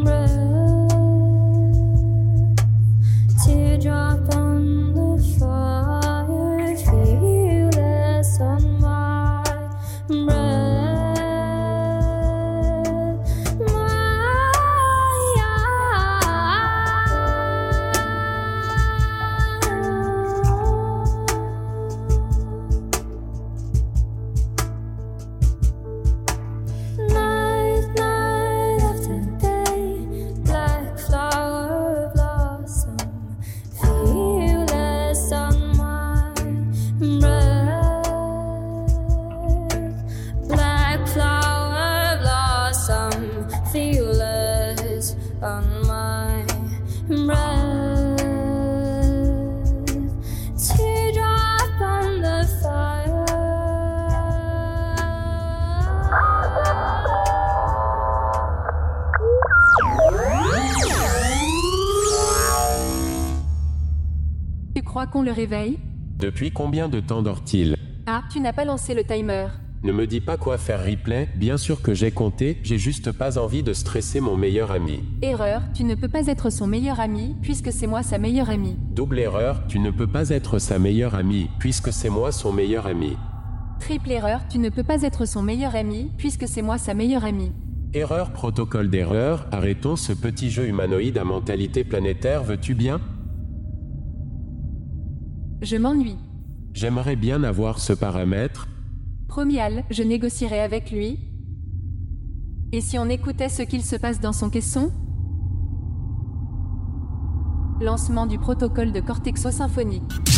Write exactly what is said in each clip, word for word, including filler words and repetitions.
Qu'on le réveille? Depuis combien de temps dort-il? Ah, tu n'as pas lancé le timer. Ne me dis pas quoi faire, Ripley. Bien sûr que j'ai compté, j'ai juste pas envie de stresser mon meilleur ami. Erreur, tu ne peux pas être son meilleur ami, puisque c'est moi sa meilleure amie. Double erreur, tu ne peux pas être sa meilleure amie, puisque c'est moi son meilleur ami. Triple erreur, tu ne peux pas être son meilleur ami, puisque c'est moi sa meilleure amie. Erreur, protocole d'erreur, arrêtons ce petit jeu humanoïde à mentalité planétaire, veux-tu bien? Je m'ennuie. J'aimerais bien avoir ce paramètre. Promis Al, je négocierai avec lui. Et si on écoutait ce qu'il se passe dans son caisson? Lancement du protocole de Cortexo symphonique.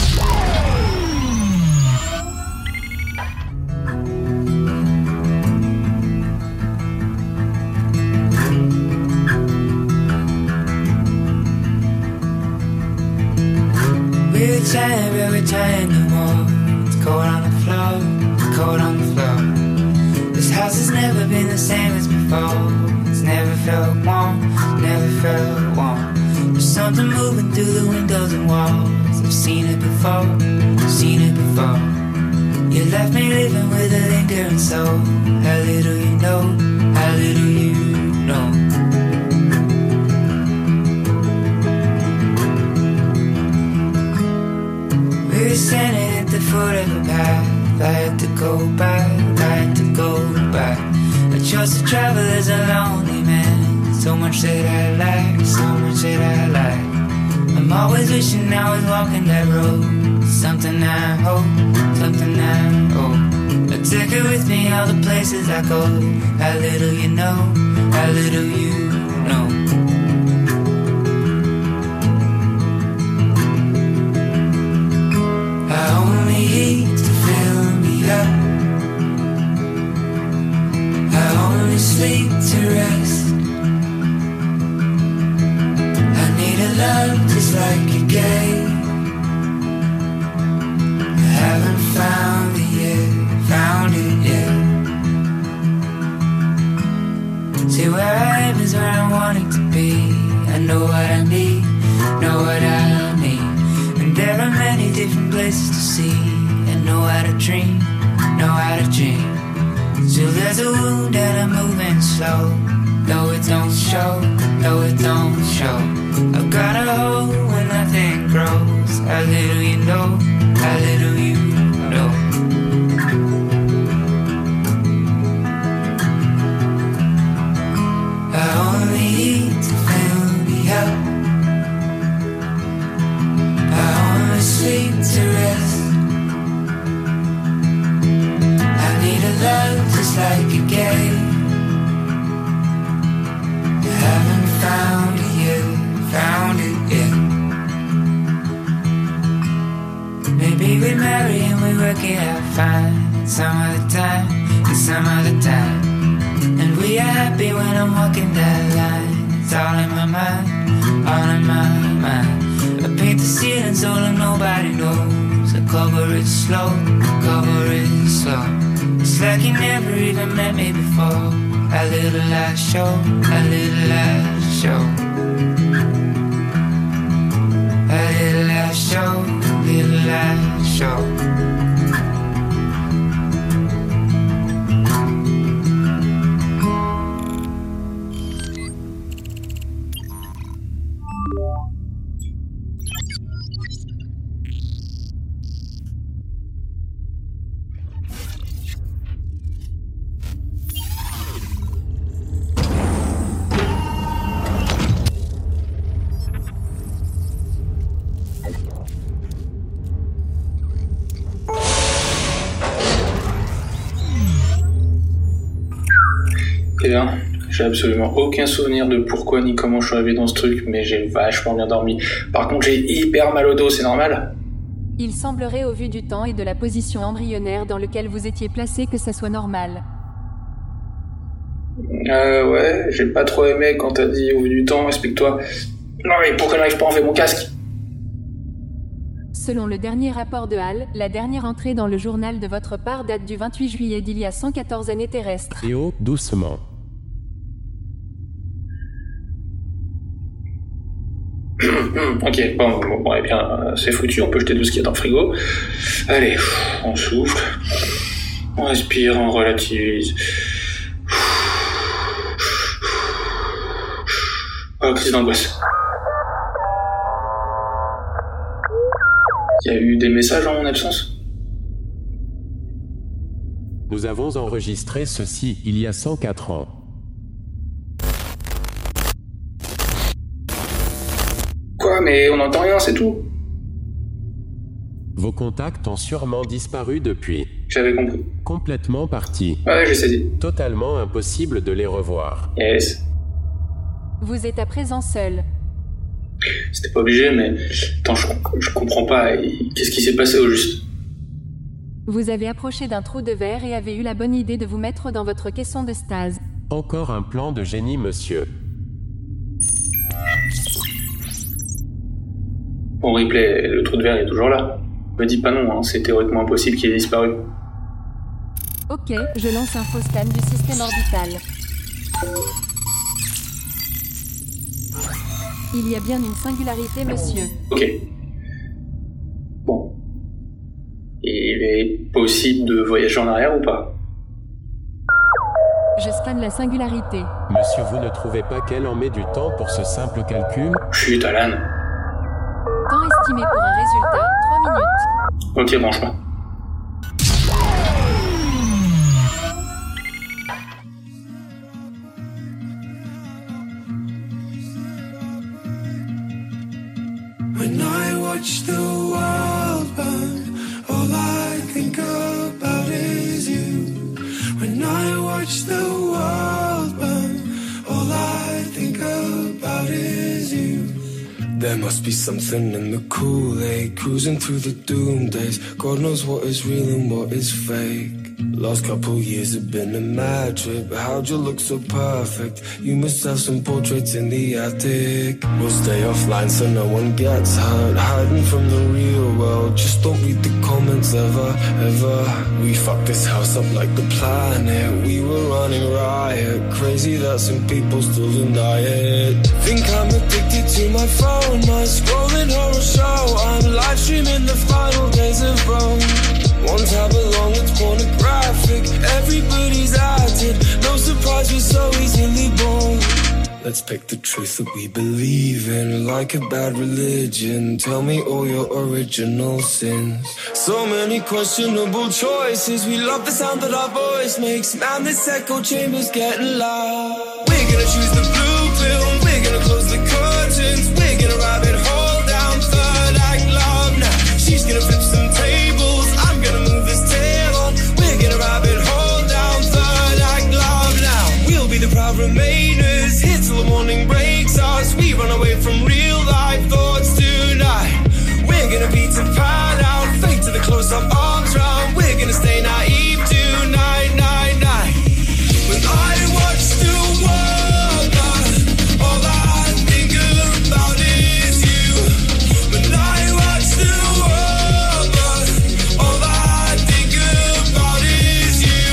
We're trying, but we're trying no more. It's cold on the floor, it's cold on the floor. This house has never been the same as before. It's never felt warm, never felt warm. There's something moving through the windows and walls. I've seen it before, I've seen it before. You left me living with a lingering soul. How little you know, how little you know. We were standing at the foot of a path. I had to go back, I had to go back. I chose to travel as a lonely man. So much that I like, so much that I like. I'm always wishing I was walking that road. Something I hope, something I hope. I take it with me all the places I go. How little you know, how little you know. I only eat to fill me up. I only sleep to rest. I need a love just like you gave. I haven't found it yet, found it yet. See, where I am is where I'm wanting to be. I know what I need, know what I need. And there are many different places to see. And know how to dream, know how to dream. Still there's a wound and I'm moving slow. Though it don't show, though it don't show. I've got a hole where nothing grows. How little you know, how little you know. I only eat to fill me up. I only sleep to rest. I need a love just like you gave. I haven't found it yet, found it yet. Maybe we marry and we work it out fine. Some other time, and some other time. And we are happy when I'm walking that line. It's all in my mind, all in my mind. I paint the ceiling so that nobody knows. I cover it slow, cover it slow. It's like you never even met me before. A little light show, a little light show. A little light show, little light show. Très bien. J'ai absolument aucun souvenir de pourquoi ni comment je suis arrivé dans ce truc, mais j'ai vachement bien dormi. Par contre, j'ai hyper mal au dos, c'est normal? Il semblerait au vu du temps et de la position embryonnaire dans laquelle vous étiez placé que ça soit normal. Euh, ouais, j'ai pas trop aimé quand t'as dit au vu du temps, explique-toi. Non mais pourquoi n'arrive pas à enlever mon casque? Selon le dernier rapport de Hal, la dernière entrée dans le journal de votre part date du vingt-huit juillet d'il y a cent quatorze années terrestres. Et oh, doucement. Ok, bon, bon, bon, eh bien, c'est foutu, on peut jeter tout ce qu'il y a dans le frigo. Allez, on souffle, on respire, on relativise. Oh, crise d'angoisse. Il y a eu des messages en mon absence? Nous avons enregistré ceci il y a cent quatre ans. Quoi, mais on n'entend rien, c'est tout. Vos contacts ont sûrement disparu depuis. J'avais compris. Complètement partis. Ouais, j'ai saisi. Totalement impossible de les revoir. Yes. Vous êtes à présent seul. C'était pas obligé, mais... Attends, je, je comprends pas. Qu'est-ce qui s'est passé au juste? Vous avez approché d'un trou de verre et avez eu la bonne idée de vous mettre dans votre caisson de stase. Encore un plan de génie, monsieur. Bon, replay, le trou de verre est toujours là. Me dis pas non, hein, c'est théoriquement impossible qu'il ait disparu. Ok, je lance un faux scan du système orbital. Il y a bien une singularité, monsieur. Ok. Bon. Il est possible de voyager en arrière ou pas? Je scanne la singularité. Monsieur, vous ne trouvez pas qu'elle en met du temps pour ce simple calcul? Chut, Alan. Temps estimé pour un résultat, trois minutes. Ok, branche-moi. When I watch the world burn, all I think about is you. When I watch the world burn, all I think about is you. There must be something in the Kool-Aid, cruising through the doom days. God knows what is real and what is fake. Last couple years have been a mad trip. How'd you look so perfect? You must have some portraits in the attic. We'll stay offline so no one gets hurt, hiding from the real world. Just don't read the comments ever, ever. We fucked this house up like the planet. We were running riot. Crazy that some people still deny it. Think I'm addicted to my phone, my scrolling horror show. I'm live streaming the final days of Rome. One tab along, it's pornographic. Everybody's at it. No surprise we're so easily born. Let's pick the truth that we believe in, like a bad religion. Tell me all your original sins. So many questionable choices. We love the sound that our voice makes. Man, this echo chamber's getting loud. We're gonna choose the blue pill. We're gonna close the curtains. We're gonna rabbit hole down third act love now. She's gonna flip some tables. I'm gonna move this tail on. We're gonna rabbit hole down third act love now. We'll be the proud remainers. Here till the morning breaks us. We run away from real life thoughts tonight. We're gonna beat to pad out. Fake to the close up arms round. We're gonna stay naive tonight, night, night. When I watch the world burn, all I think about is you. When I watch the world burn, all I think about is you.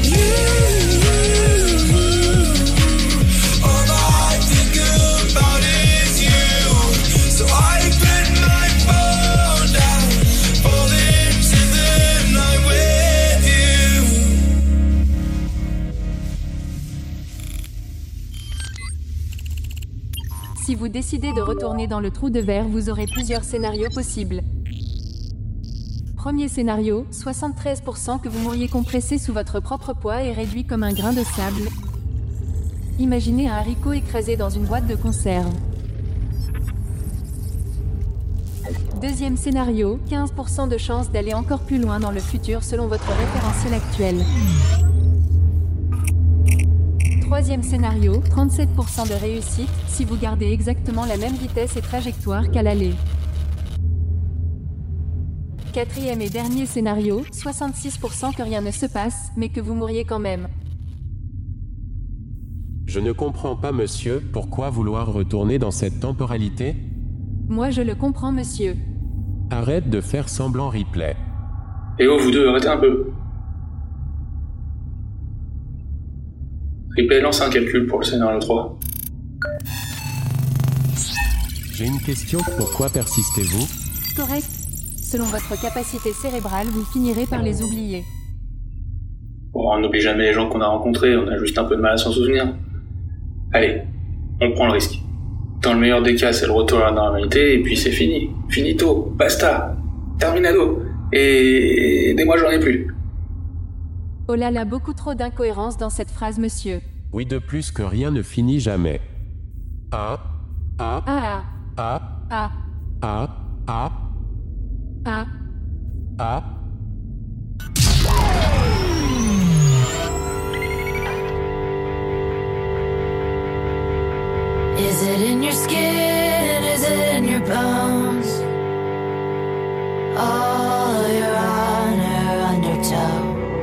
You. All I think about is you. So I put my phone down, fall into the night with you. Si vous décidez de retourner dans le trou de verre, vous aurez plusieurs scénarios possibles. Premier scénario, soixante-treize pour cent que vous mouriez compressé sous votre propre poids et réduit comme un grain de sable. Imaginez un haricot écrasé dans une boîte de conserve. Deuxième scénario, quinze pour cent de chance d'aller encore plus loin dans le futur selon votre référentiel actuel. Troisième scénario, trente-sept pour cent de réussite si vous gardez exactement la même vitesse et trajectoire qu'à l'aller. Quatrième et dernier scénario, soixante-six pour cent que rien ne se passe, mais que vous mourriez quand même. Je ne comprends pas, monsieur, pourquoi vouloir retourner dans cette temporalité ? Moi je le comprends, monsieur. Arrête de faire semblant, Ripley. Eh oh, vous deux, arrêtez un peu. Ripley, lance un calcul pour le scénario trois. J'ai une question, pourquoi persistez-vous ? Correct. Selon votre capacité cérébrale, vous finirez par les oublier. Bon, on n'oublie jamais les gens qu'on a rencontrés, on a juste un peu de mal à s'en souvenir. Allez, on prend le risque. Dans le meilleur des cas, c'est le retour à la normalité, et puis c'est fini. Finito, basta, terminado. Et des mois, j'en ai plus. Oh là là, beaucoup trop d'incohérences dans cette phrase, monsieur. Oui, de plus que rien ne finit jamais. Ah, ah, Ah ah, ah ah, ah, ah ah. Is it in your skin? Is it in your bones? All your honor undertow.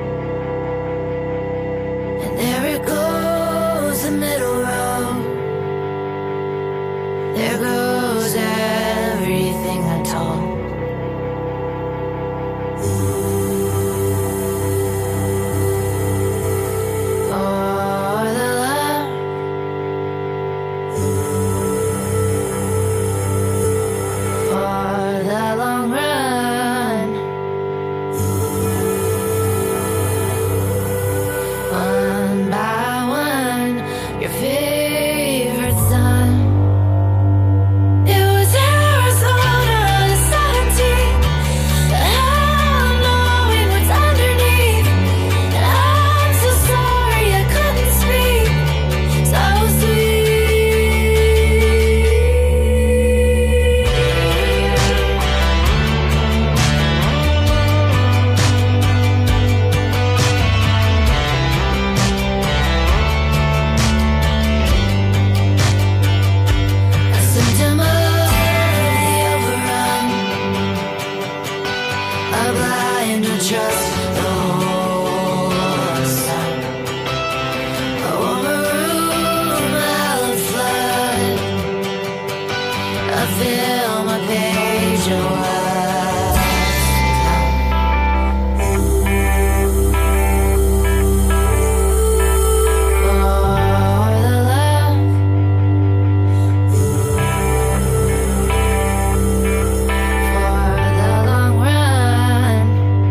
And there it goes, the middle road. There goes everything I told. For the love, for the long run. One by one, your favorite son. It was Arizona, the seventeenth. Hell knowing what's underneath. And I'm so sorry I couldn't speak. So sweet. A symptom of the overrun, a blind trust the whole sun. A warmer room, a hallowed flood, a film, a page, a word. For the love, for the long run.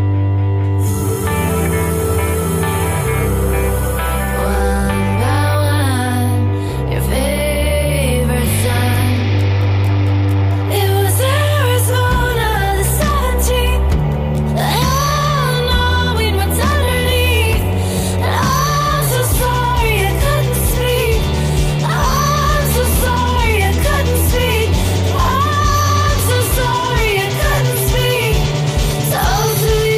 One by one, your favorite son. It was Arizona, the seventeenth. Hell knowing what's underneath. And I'm so sorry I couldn't speak. I'm so sorry I couldn't speak. I'm so sorry I couldn't speak. So sweet.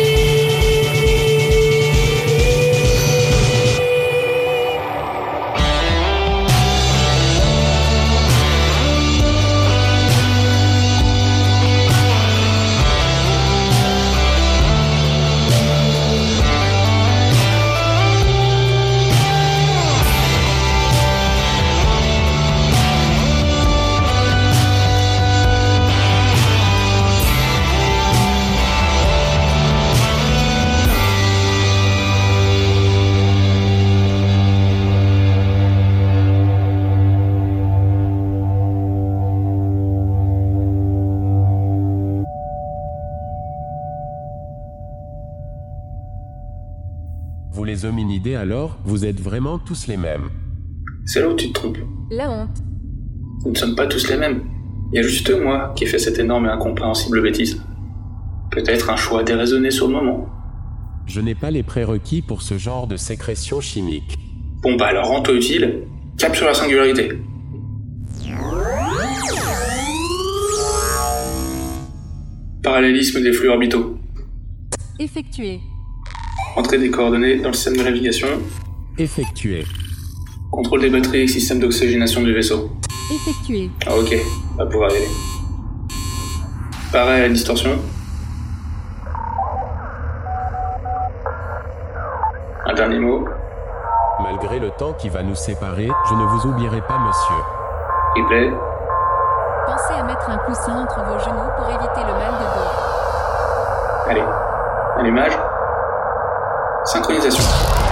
Vous les hominidés alors, vous êtes vraiment tous les mêmes. C'est là où tu te trompes. La honte. Nous ne sommes pas tous les mêmes. Il y a juste moi qui ai fait cette énorme et incompréhensible bêtise. Peut-être un choix déraisonné sur le moment. Je n'ai pas les prérequis pour ce genre de sécrétion chimique. Bon bah alors rends-toi utile, cap sur la singularité. Parallélisme des flux orbitaux. Effectué. Entrée des coordonnées dans le système de navigation. Effectué. Contrôle des batteries et système d'oxygénation du vaisseau. Effectué. Ah, ok, on va pouvoir y aller. Pareil à la distorsion. Un dernier mot. Malgré le temps qui va nous séparer, je ne vous oublierai pas, monsieur. Replay. Pensez à mettre un coussin entre vos genoux pour éviter le mal de dos. Allez. Allumage. Synchronisation.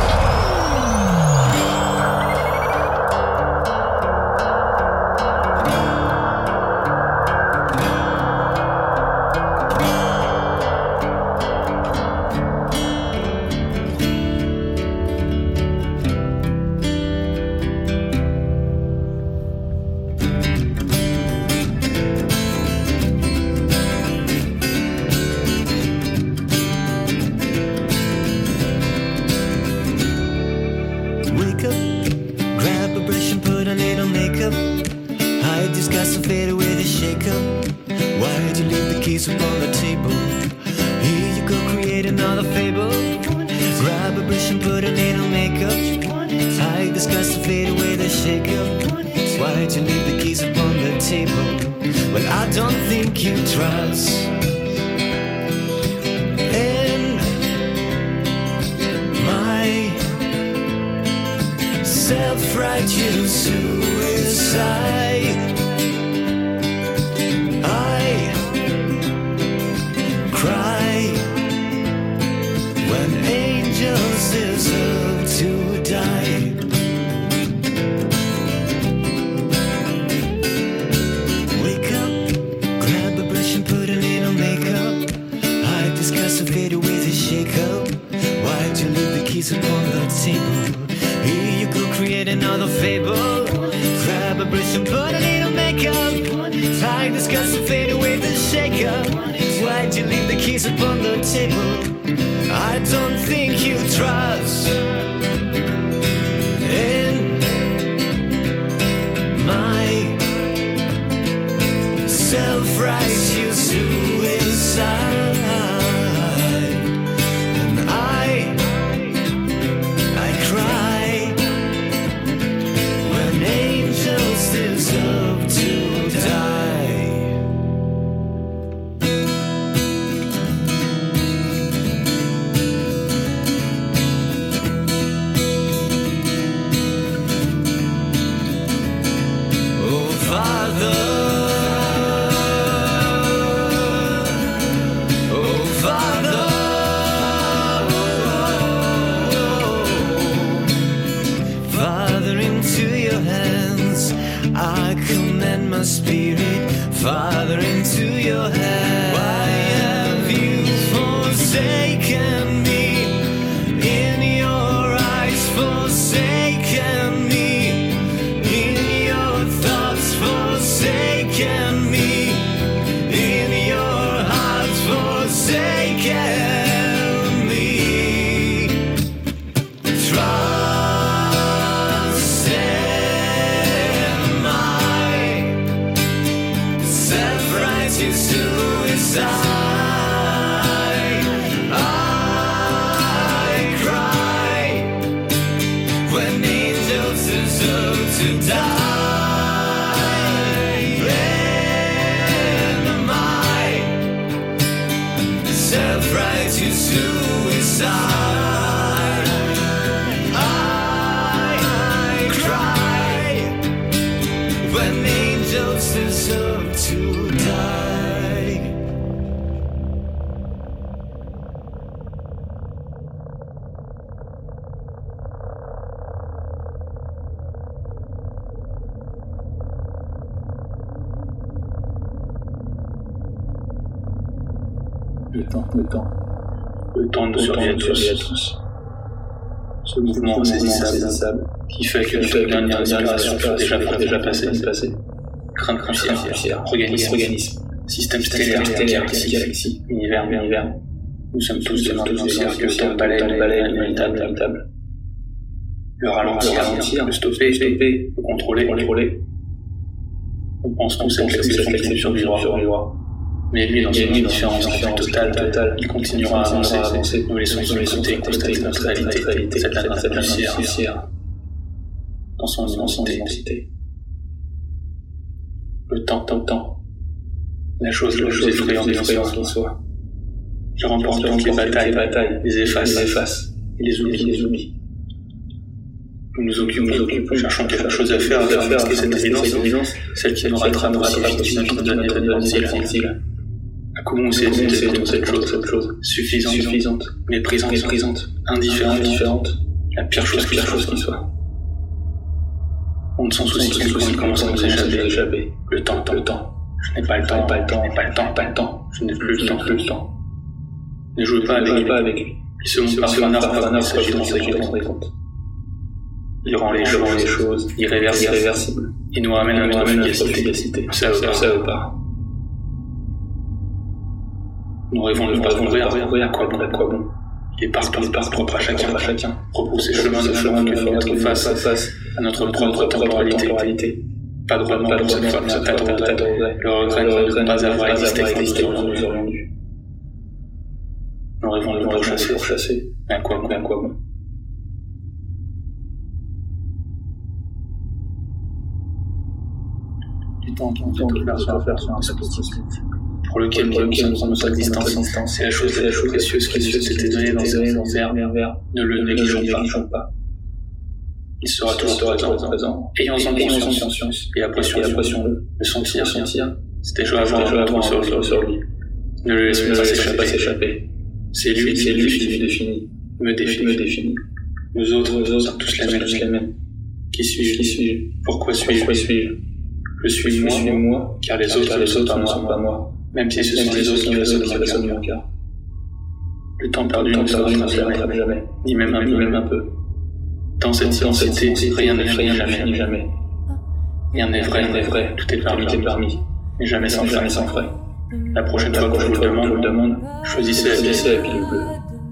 Self-righteous suicide. I cry when angels deserve to die. Wake up, grab a brush and put a little makeup. I discuss a fade with a shake-up. Why'd you leave the keys upon the table? Here you go, create another fable. Grab a brush and put a little makeup. I discuss and fade away the shake-up. Why'd you leave the keys upon the table? I don't think you trust in my self-righteous suicide. Spirit, Father, into your hands. Why have you forsaken me? In your eyes, forsaken me. In your thoughts, forsaken me. In your heart, forsaken me. Try. Le temps, le temps, le temps de survie à tous. Ce mouvement insaisissable qui fait que notre dernière respiration soit déjà, déjà passée. Crâne cruciaire, organisme, système stellaire, galaxie, univers, univers. Nous sommes tous des morts que le temps balaye, balaye, inévitable. Le ralentir, le stopper, stopper, le contrôler, contrôler. On pense qu'on sait que cette survivra. Mais lui, dans son indifférence totale, totale, il continuera à avancer. Nous laissons de côté constater notre réalité, cette lame poussière. dans son immensité. Le temps, temps, temps. La chose la plus effrayante qui soit. Je remporte donc les batailles, batailles, les efface, les efface, et les oublie, les oublie. Nous nous occupons, nous occupons, cherchons quelque chose à faire, à faire masquer cette évidence, celle qui nous rattrapera si nous donne l'exil. À comment c'est cette chose, cette chose, suffisante, suffisante, méprisante, méprisante, indifférente, indifférente, la pire chose, pire chose qui soit. On ne s'en soucie quand il commence à nous échapper. Le temps, le temps. Je n'ai pas le temps, pas le temps, pas le temps, pas le temps. Je n'ai plus le temps, plus le temps. Ne jouez pas avec lui. Il se montre parfois un arbre, il s'agit de rendre compte. Il rend les choses irréversibles. Il nous ramène à notre efficacité. Ça ou pas. Nous rêvons de ne pas mourir, à quoi bon, à quoi bon. Il est partout, propre à chacun, à chacun. Repousse ses chemins de chemins que faut être face à notre propre temporalité. Pas de remords, pas de cette femme, cette attendrait. Le regret de ne pas avoir existé quand nous aurions dû. Nous rêvons de nous pourchasser. Mais à quoi bon, à quoi bon. Du temps qui nous a tout faire sur un statistique. Pour lequel nous sommes notre existence, c'est la chose la chose précieuse qui nous s'était donnée dans un verre, ne le négligeons pas. Il sera toujours présent, ayant en conscience, et la pression, le sentir, c'est déjà avant sur lui. Ne le laissons pas s'échapper. C'est lui, c'est lui qui définit, me définit. Nous autres, nous sommes tous les mêmes. Qui suis-je? Pourquoi suis-je? Je suis moi, car les autres ne sont pas moi. Même si ce sont les autres qui résonnent de mon cœur. Le temps perdu ne se rattrape jamais, ni même un peu. Dans cette immensité, rien ne finit jamais. Rien n'est vrai, tout est permis, mais jamais sans frais. La prochaine fois que je vous le demande, choisissez la pilule bleue.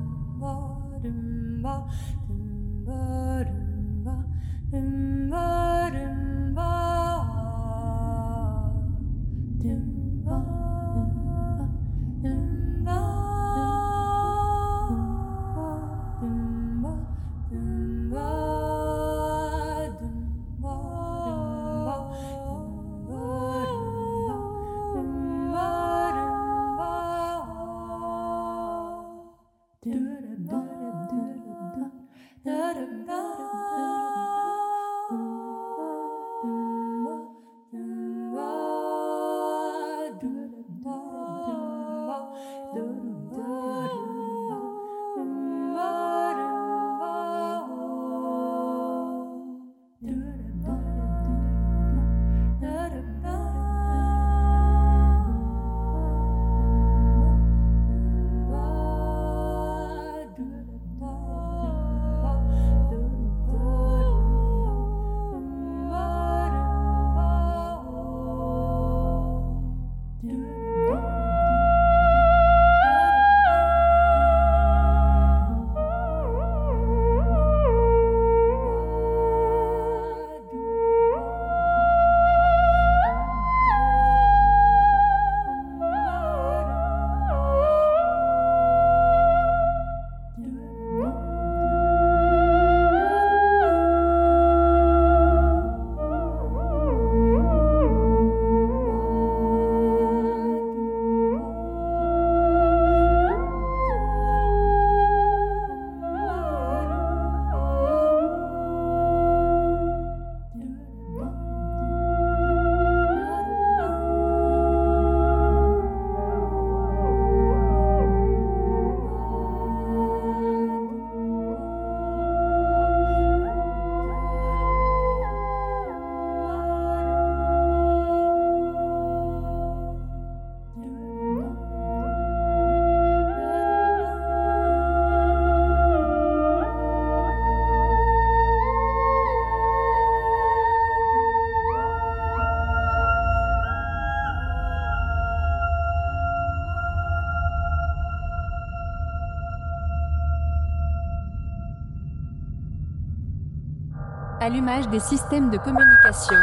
Allumage des systèmes de communication.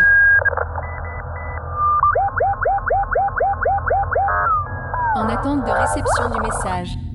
En attente de réception du message.